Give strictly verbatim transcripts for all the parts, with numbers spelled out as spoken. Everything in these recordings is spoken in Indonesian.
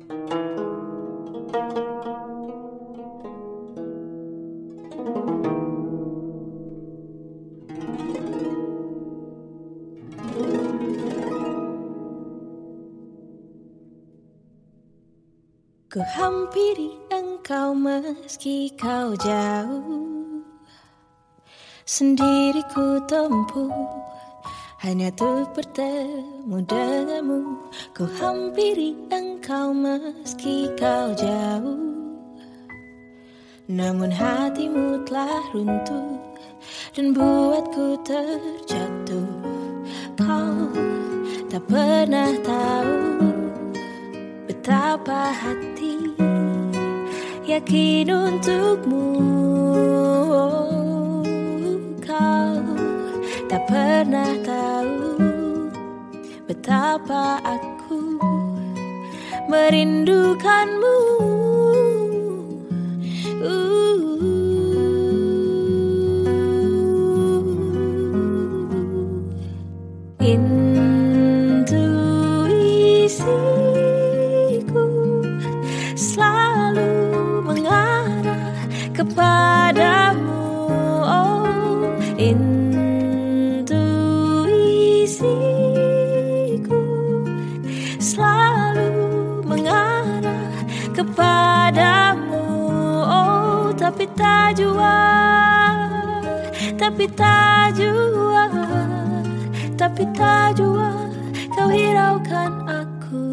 Ku hampiri engkau meski kau jauh, sendiri ku tempuh hanya untuk bertemu denganmu. Ku hampiri engkau meski kau jauh, namun hatimu telah runtuh dan buatku terjatuh. Kau tak pernah tahu betapa hati yakin untukmu. Kau tak pernah tahu betapa aku merindukanmu. uh. Intuisiku selalu mengarah kepadamu. Oh, intuisiku selalu mengarah kepadamu. Oh, tapi tak jua, tapi tak jua, tapi tak jua kau hiraukan aku.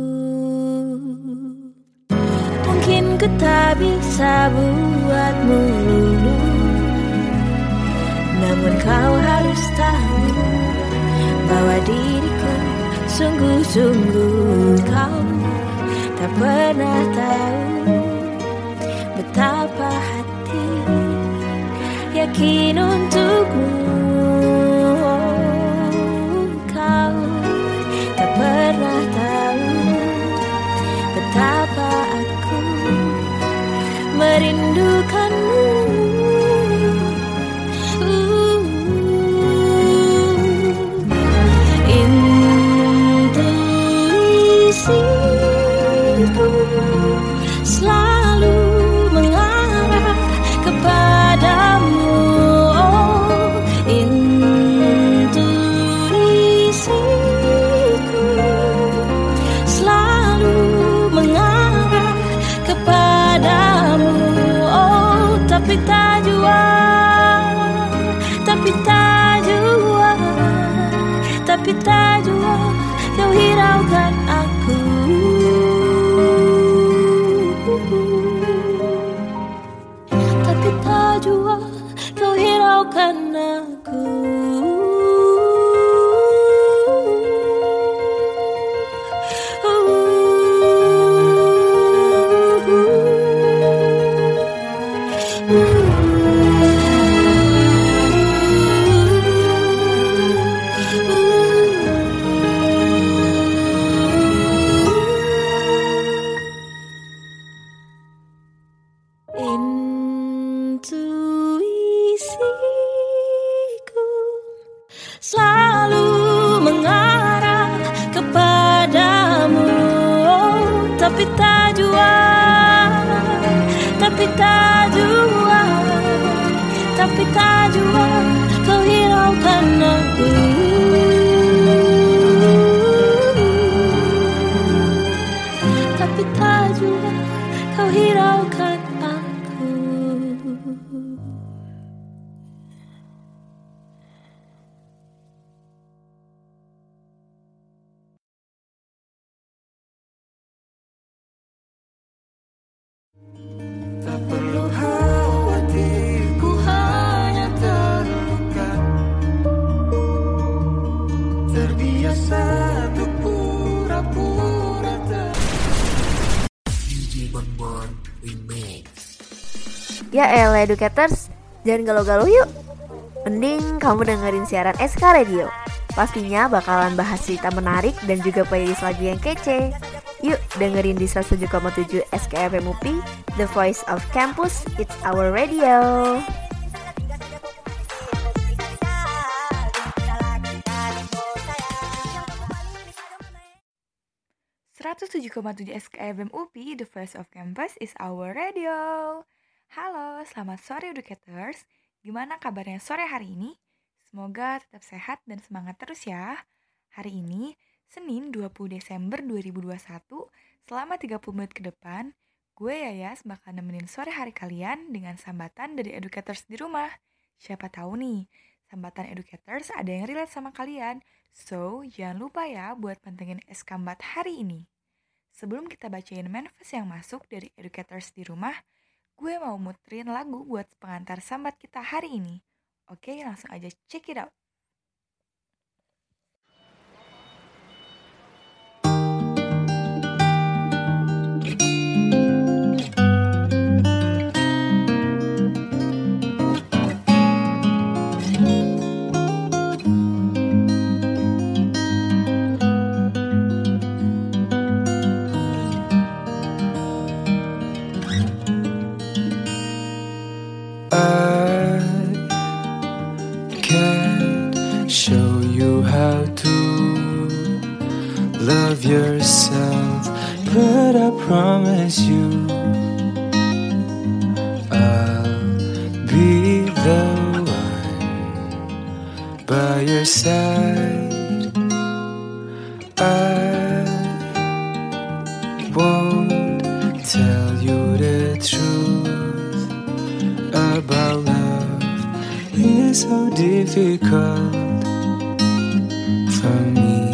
Mungkin ku tak bisa buatmu luluh, namun kau harus tahu bahwa diriku sungguh-sungguh. Kau tak pernah tahu betapa hati yakin untukmu. Kau tak pernah tahu betapa aku merindukanmu. uh. Intuisiku selalu mengarah kepadamu. Oh, intuisiku selalu mengarah kepadamu. Oh, tapi tak jua, tapi tak jua, tapi tak jua kau hiraukan aku. Tapi tak jua kau hiraukan aku. Intuisiku selalu mengarah kepadamu. Oh, tapi tak jua, tapi tak jua, tapi tak jua kau hiraukan aku. Tapi tak jua kau hiraukan aku. Tak perlu khawatir, ku hanya terluka, terbiasa untuk pura-pura ter. D J Bonbon Remix. Ya elah educators, jangan galau-galau yuk. Mending kamu dengerin siaran S K Radio. Pastinya bakalan bahas cerita menarik dan juga playlist lagu yang kece. Yuk dengerin di seratus tujuh koma tujuh S K F M U P, The Voice of Campus, It's Our Radio. seratus tujuh koma tujuh S K F M U P I, The Voice of Campus is our radio. Halo, selamat sore Educators. Gimana kabarnya sore hari ini? Semoga tetap sehat dan semangat terus ya. Hari ini, Senin dua puluh Desember dua ribu dua puluh satu, selama tiga puluh menit ke depan, gue Yayas bakal nemenin sore hari kalian dengan sambatan dari Educators di rumah. Siapa tahu nih, sambatan Educators ada yang relate sama kalian. So, jangan lupa ya buat pantengin Eskambat hari ini. Sebelum kita bacain manifest yang masuk dari Educators di rumah, gue mau muterin lagu buat pengantar sambat kita hari ini. Oke, langsung aja check it out. Love yourself, but I promise you I'll be the one by your side. I won't tell you the truth about love. It's so difficult for me.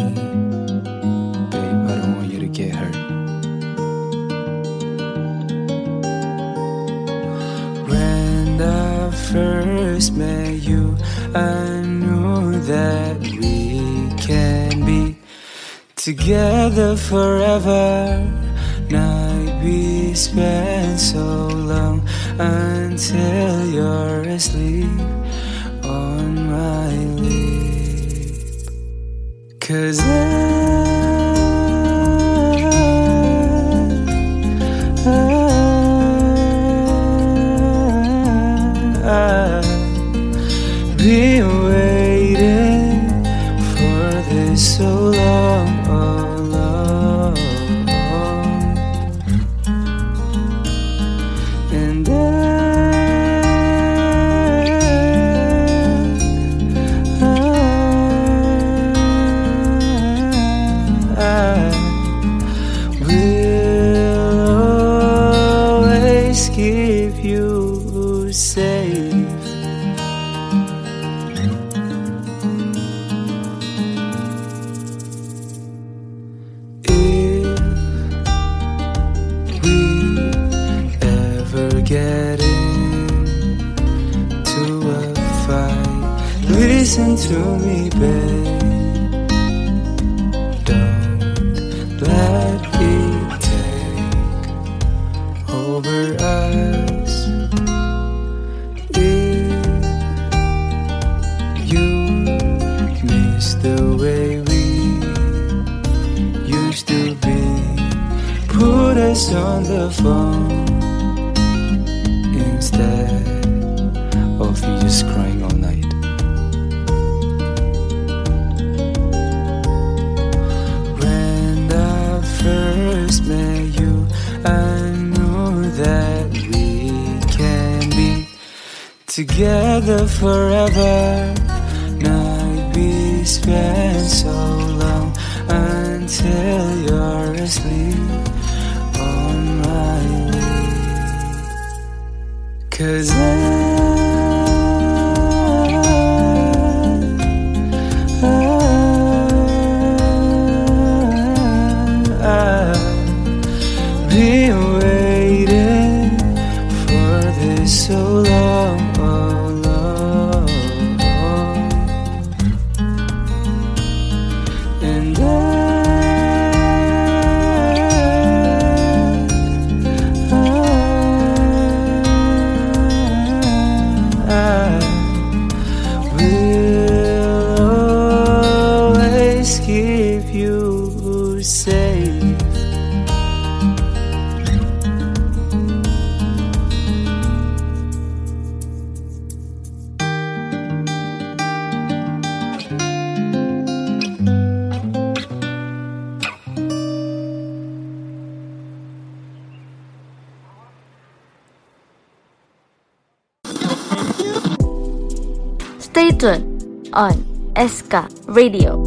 Get hurt. When I first met you, I knew that we can be together forever. Night we spent so long until you're asleep on my lip. 'Cause I I've been waiting for this so long, alone. And I, I, I will always keep you safe. Listen to me, babe. Don't let it take over us. If you miss the way we used to be, put us on the phone instead of you just crying all night. First met you, I knew that we can be together forever. Night we spent so long until you're asleep on my lip. 'Cause I been waiting for this so long, alone. And I, I, I will always keep you safe. Stay tuned on S K Radio.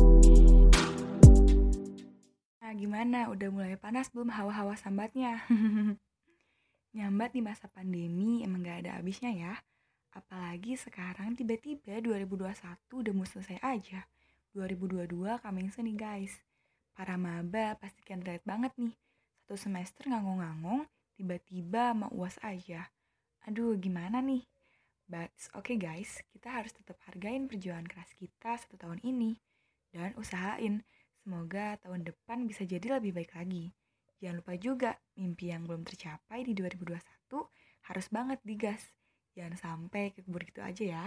Nah, gimana? Udah mulai panas belum hawa-hawa sambatnya? Nyambat di masa pandemi emang gak ada habisnya ya. Apalagi sekarang tiba-tiba dua ribu dua puluh satu udah mau selesai aja. dua ribu dua puluh dua coming soon nih guys. Para maba pasti kan relate banget nih. Satu semester ngangong-ngangong, tiba-tiba mau U A S aja. Aduh, gimana nih? But okay guys, kita harus tetap hargain perjuangan keras kita satu tahun ini. Dan usahain, semoga tahun depan bisa jadi lebih baik lagi. Jangan lupa juga, mimpi yang belum tercapai di dua ribu dua puluh satu harus banget digas. Jangan sampai kekebur gitu aja ya.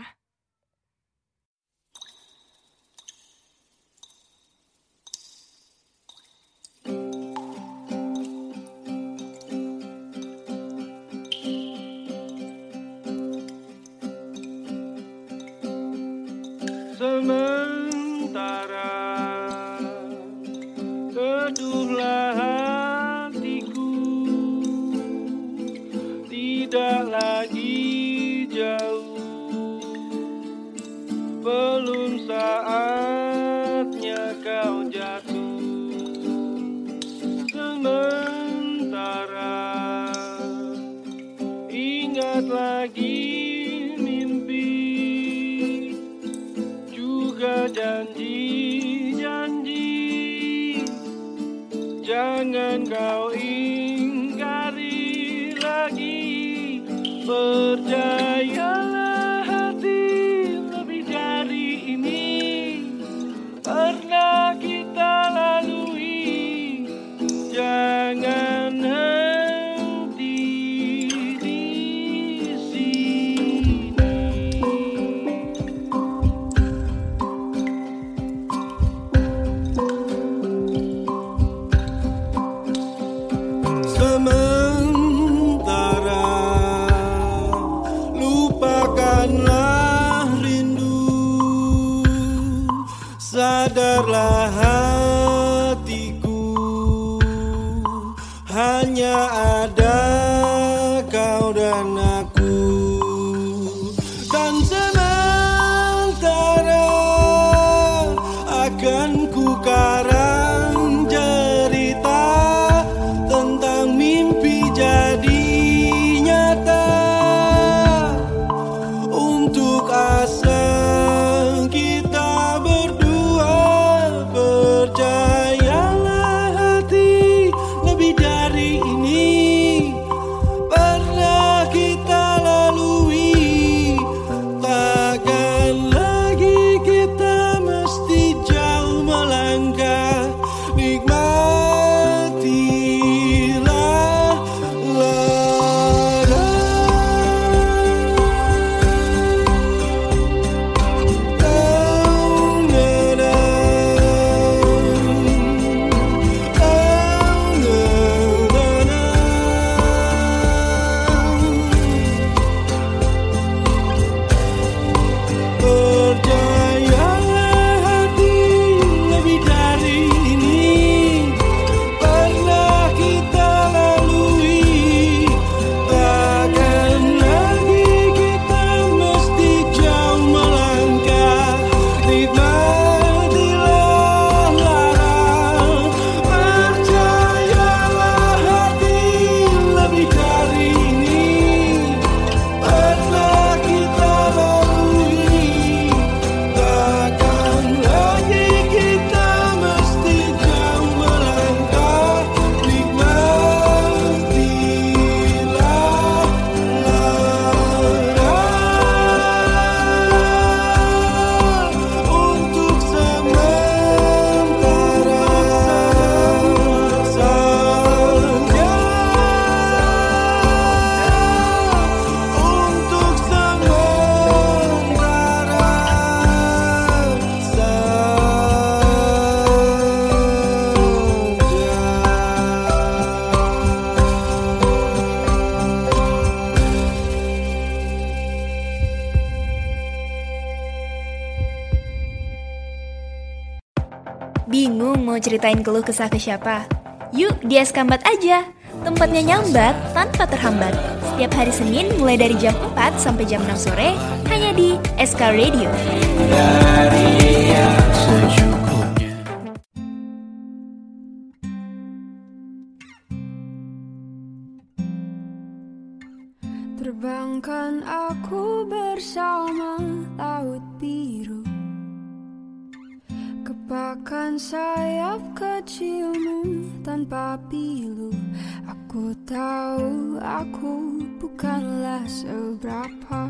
Sementara teduhlah hatiku, tidak lagi jauh, belum saatnya kau jatuh. Sementara ingat lagi janji-janji, jangan kau ingkari lagi. Percayalah hati, lebih dari ini pernah kita lalui. Jangan henti di sini. Sementara lupakanlah rindu, sadarlah hatiku, hanya ada kau dan aku. Dan sementara akan ku karang cerita tentang mimpi jadi nyata. Untuk asa kita berdua, percayalah hati, lebih dari ini pernah kita lalui. Takkan lagi kita mesti jauh melangkah. Nikmatilah lara. Oh, nada. Oh, nada. Percayalah hati, lebih dari ini pernah kita lalui. Takkan lagi kita mesti jauh melangkah. Nikmatilah lara. Percayalah hati, lebih dari ini pernah kita lalui. Takkan lagi kita mesti jauh melangkah. Nikmatilah lara. Untuk sementara saja, untuk sementara Bingung mau ceritain keluh kesah ke siapa? Yuk di Eskambat aja. Tempatnya nyambat tanpa terhambat. Setiap hari Senin mulai dari jam empat sampai jam enam sore hanya di S K Radio. Dari yang secukupnya. Terbangkan aku bersama laut biru, kepakan sayap kecilmu tanpa pilu. Aku tahu aku bukanlah seberapa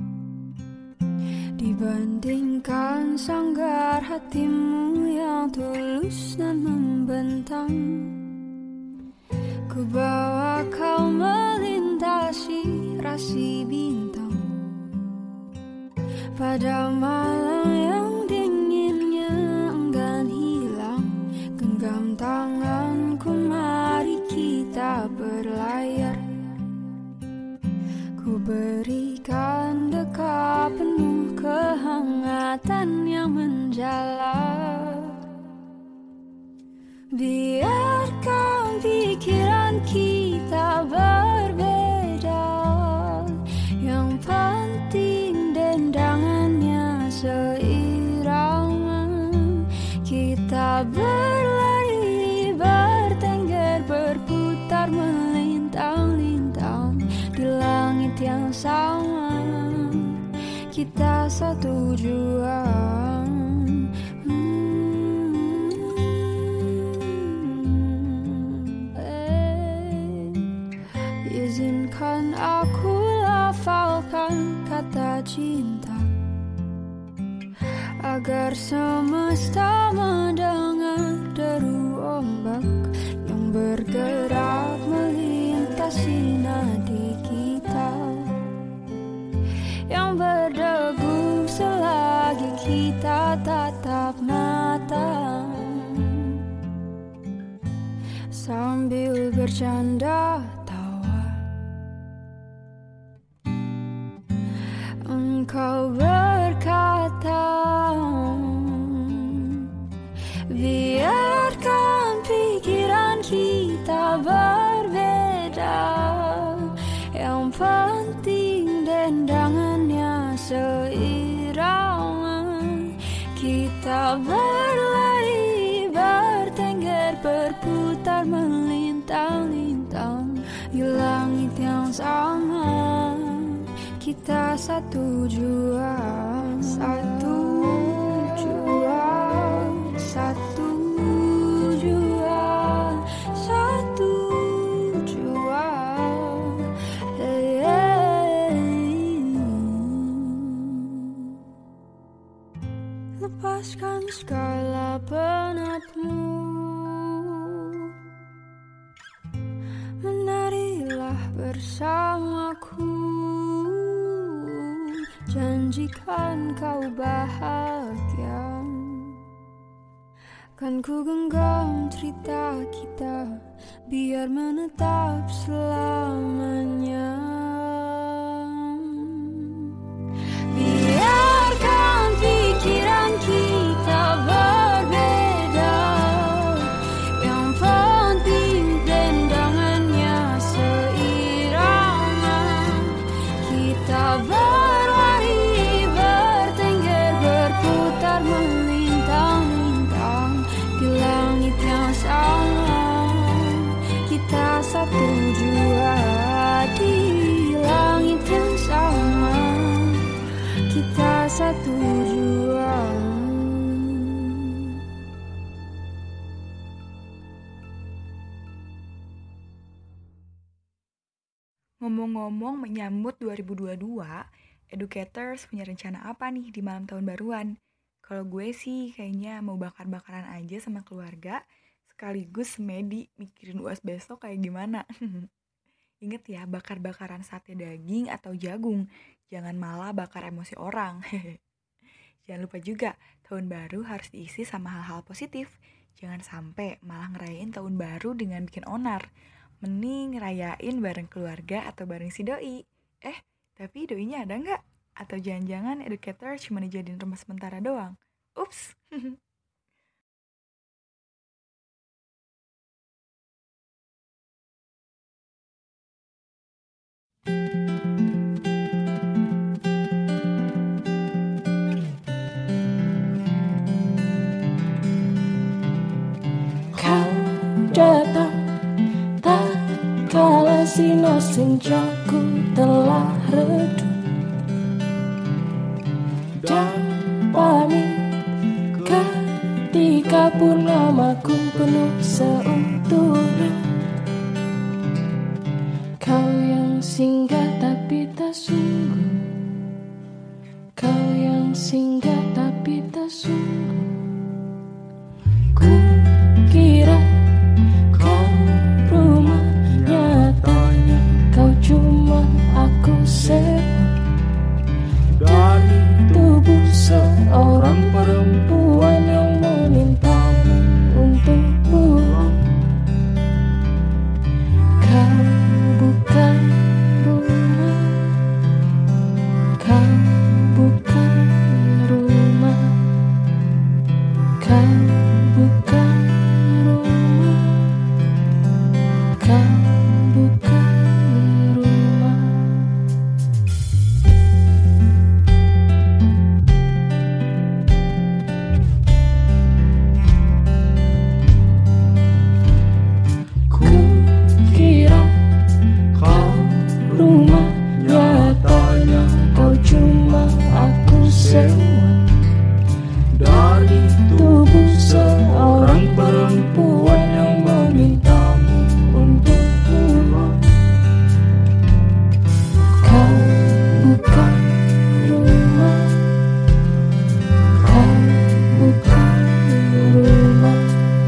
dibandingkan sanggar hatimu yang tulus dan membentang. Ku bawa kau melintasi rasi bintang pada malam yang dinginnya enggan hilang. Genggam tanganku, mari kita berlayar. Ku berikan dekat penuh kehangatan yang menjalar. Biarkan pikiran kita berbeda, yang penting dendangannya seirama. Kita berlari, bertengger, berputar, melintang-lintang di langit yang sama. Kita satu jua. Izinkan aku lafalkan kata cinta, agar semesta mendengar deru ombak yang bergerak melintasi nadi kita, yang berdegup selagi kita tatap mata, sambil bercanda. Engkau berkata, biarkan pikiran kita berbeda, yang penting dendangannya seirama. Kita berlari, bertengger, berputar, melintang-lintang di langit yang sama. Kita satu jua, satu jua, satu jua, satu jua. Hey, hey. Lepaskan segala penatmu, menarilah bersamaku. Janjikan kau bahagia, kan ku genggam cerita kita, biar menetap selamanya. Biarkan pikiran kita berbeda, yang penting dendangannya seirama. Kita berlari, bertengger, berputar, melintang-lintang di langit yang sama. Kita satu jua di langit yang sama. Kita satu jua. Ngomong-ngomong menyambut dua ribu dua puluh dua, educators punya rencana apa nih di malam tahun baruan? Kalau gue sih kayaknya mau bakar-bakaran aja sama keluarga, sekaligus semedi mikirin U A S besok kayak gimana. Ingat ya, bakar-bakaran sate daging atau jagung, jangan malah bakar emosi orang. Jangan lupa juga, tahun baru harus diisi sama hal-hal positif. Jangan sampai malah ngerayain tahun baru dengan bikin onar. Mending ngerayain bareng keluarga atau bareng si doi. Eh, tapi doinya ada nggak? Atau jangan-jangan educator cuma dijadiin rumah sementara doang? Ups. sasina senjaku telah redup dan pamit ketika purnamaku penuh seutuhnya. Kau yang singgah tapi tak sungguh, kau yang singgah tapi tak sungguh. Ku kira kau rumah, nyatanya kau cuma aku sewa dari tubuh seorang perempuan yang memintamu untuk pulang. Kau bukan rumah, kau bukan rumah, kau bukan rumah, kau bukan rumah. Ku kira kau rumah, nyatanya kau cuma aku sewa dari tubuh seorang perempuan yang memintamu untuk pulang. Kau bukan rumah, kau bukan rumah,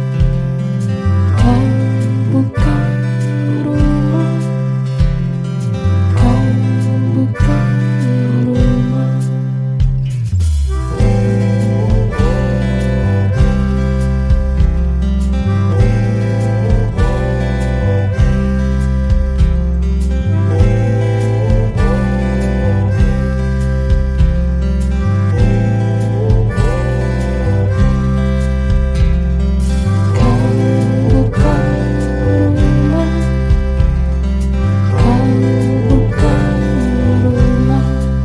kau bukan rumah, kau bukan rumah. Kau bukan rumah, kau bukan rumah,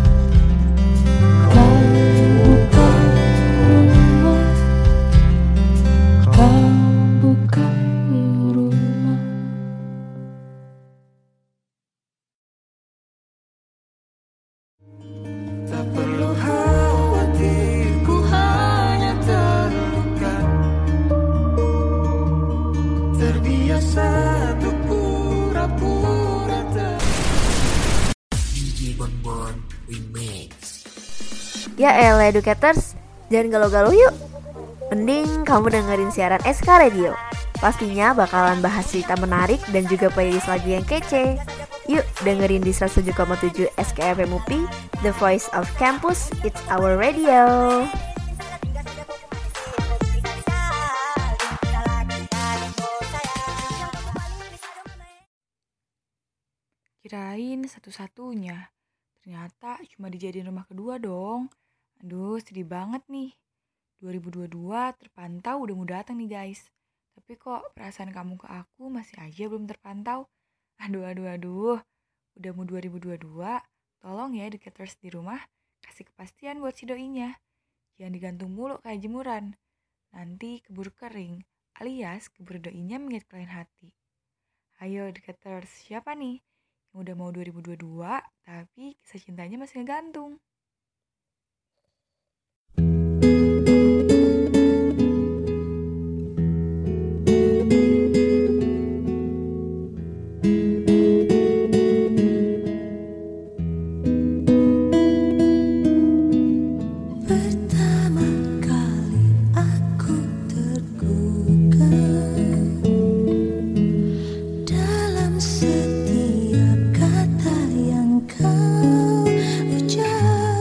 kau bukan rumah, kau bukan rumah. Tak perlu khawatir, ku hanya terluka. Terbiasa untuk pura-pura ter D J Bonbon Remix. Ya elah educators, jangan galau-galau yuk. Mending kamu dengerin siaran S K Radio. Pastinya bakalan bahas cerita menarik dan juga playlist lagu yang kece. Yuk dengerin di seratus tujuh koma tujuh S K F M U P, The Voice of Campus, It's Our Radio. Kirain satu-satunya. Ternyata cuma dijadiin rumah kedua dong. Aduh, sedih banget nih. dua ribu dua puluh dua terpantau udah mau datang nih guys. Tapi kok perasaan kamu ke aku masih aja belum terpantau. Aduh, aduh, aduh. Udah mau dua ribu dua puluh dua, tolong ya educators di rumah kasih kepastian buat si doinya. Jangan digantung mulu kayak jemuran. Nanti keburu kering, alias keburu doinya menggigit kalian hati. Ayo educators, siapa nih yang udah mau dua ribu dua puluh dua tapi kisah cintanya masih ngegantung? Pertama kali aku tergugah dalam setiap kata yang kau ucap.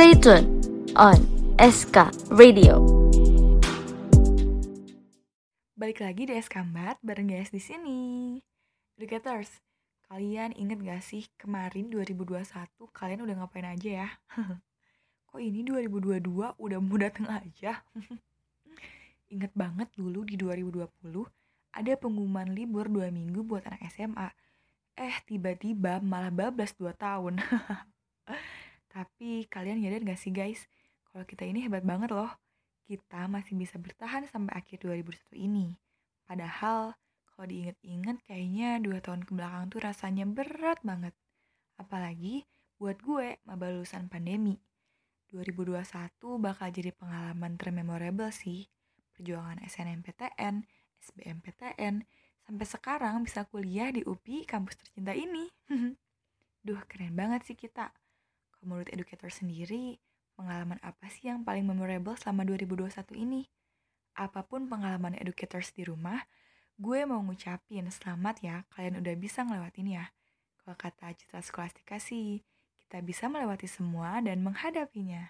Stay tune on S K Radio. Balik lagi di Eskambat bareng guys di sini. Educators, kalian inget gak sih kemarin dua ribu dua puluh satu kalian udah ngapain aja ya? Kok ini dua ribu dua puluh dua udah mau dateng aja? Ingat banget dulu di dua ribu dua puluh ada pengumuman libur dua minggu buat anak S M A. Eh tiba-tiba malah bablas dua tahun. Tapi kalian nyadar gak sih guys, kalau kita ini hebat banget loh. Kita masih bisa bertahan sampai akhir dua ribu dua puluh satu ini. Padahal kalau diinget-inget kayaknya dua tahun kebelakang tuh rasanya berat banget. Apalagi buat gue maba lulusan pandemi. dua ribu dua puluh satu bakal jadi pengalaman termemorable sih. Perjuangan S N M P T N, S B M P T N, sampai sekarang bisa kuliah di U P I kampus tercinta ini. Duh keren banget sih kita. Kalau menurut educator sendiri, pengalaman apa sih yang paling memorable selama dua ribu dua puluh satu ini? Apapun pengalaman educators di rumah, gue mau ngucapin selamat ya, kalian udah bisa ngelewatin ya. Kalau kata Citra Skolastika sih, kita bisa melewati semua dan menghadapinya.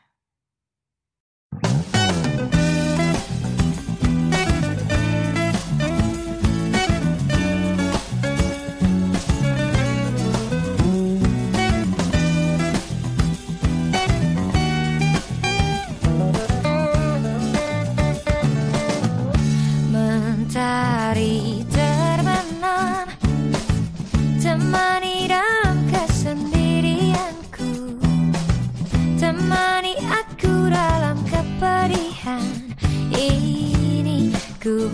Mentari terbenam, temani dalam kesendirianku, temani aku dalam kepedihan ini, ku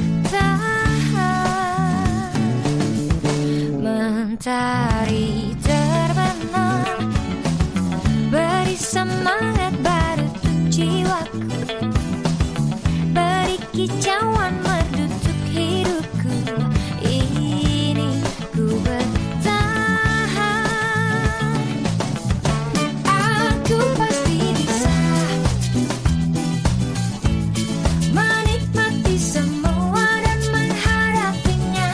bertahan. Mentari terbenam, beri semangat baru untuk jiwaku, beri kicauan merdu untuk hidupku ini, ku bertahan. Aku pasti bisa menikmati semua dan menghadapinya.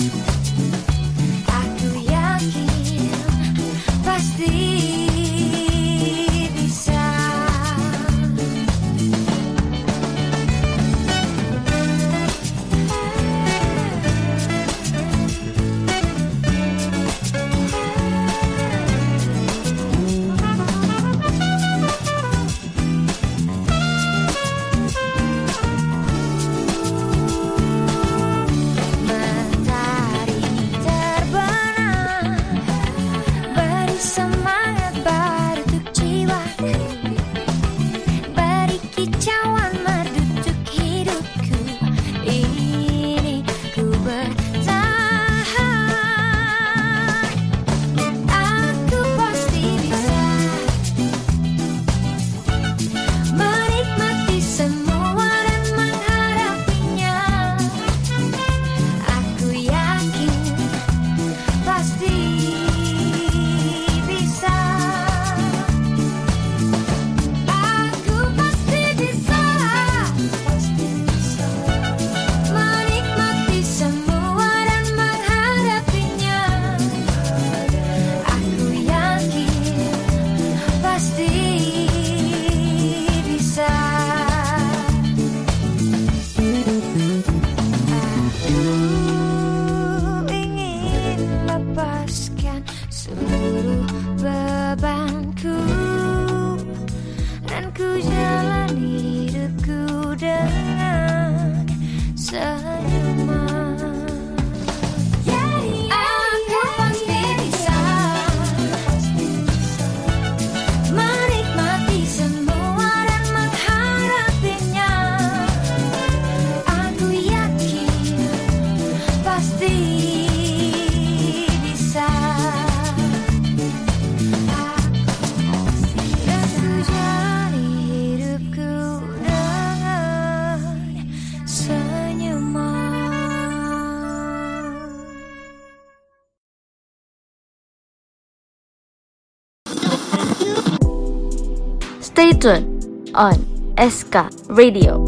Aku yakin pasti bisa. Mentari terbenam, beri semangat baru untuk jiwaku, beri kicauan merdu untuk hidupku ini, ku bertahan. Aku pasti bisa menikmati semua dan menghadapinya. Aku yakin pasti bisa. Aku pasti bisa menikmati semua dan menghadapinya. Aku yakin pasti bisa. Aku ingin lepaskan seluruh bebanku dan ku jalani hidupku dengan senyuman. Aku pasti bisa menikmati semua dan menghadapinya. Aku yakin pasti bisa. Dan ku jalani hidupku dengan senyuman. Stay tune on S K Radio.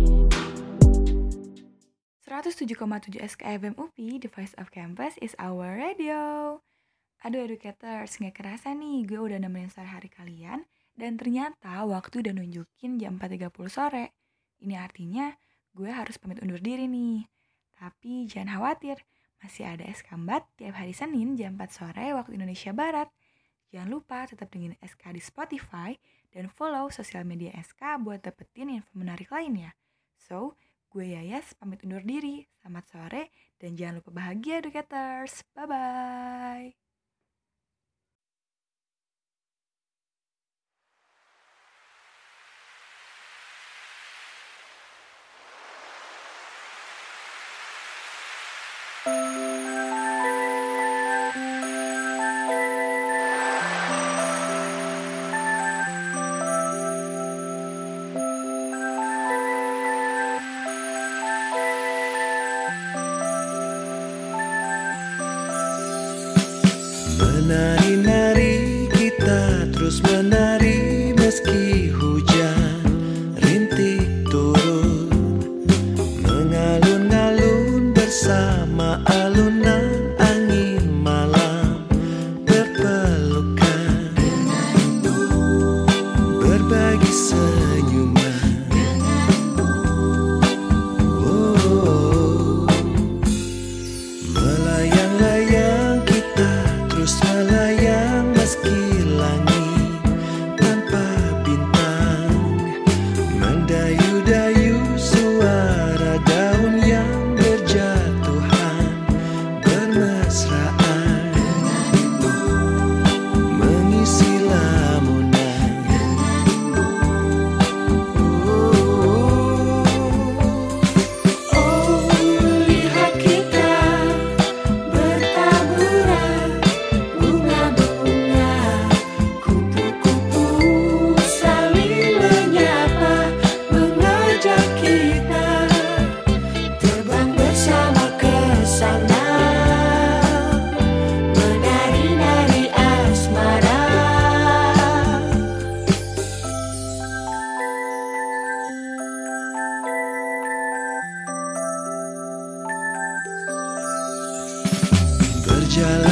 seratus tujuh koma tujuh S K F M U P, The Voice of Campus is our radio. Aduh educators, gak kerasa nih gue udah nemenin sore hari kalian Dan ternyata waktu udah nunjukin jam empat tiga puluh sore. Ini artinya gue harus pamit undur diri nih. Tapi jangan khawatir, masih ada Eskambat tiap hari Senin jam empat sore waktu Indonesia Barat. Jangan lupa tetap dengerin S K di Spotify dan follow sosial media S K buat dapetin info menarik lainnya. So, gue Yayas pamit undur diri. Selamat sore dan jangan lupa bahagia Educators. Bye-bye. Menari-nari kita terus menari meski hujan rintik turun, mengalun-alun bersama alunan angin malam berpelukan, berbagi senyuman. Oh, melayang-layang kita terus melayang meski langit tanpa bintang, mendayu-dayu suara daun yang berjatuhan bermesraan, mengisi lamunan. Oh, lihat kita bertaburan bunga-bunga, kupu-kupu saling menyapa, mengajak kita terbang bersama ke sana, menari-nari asmara. Berjalan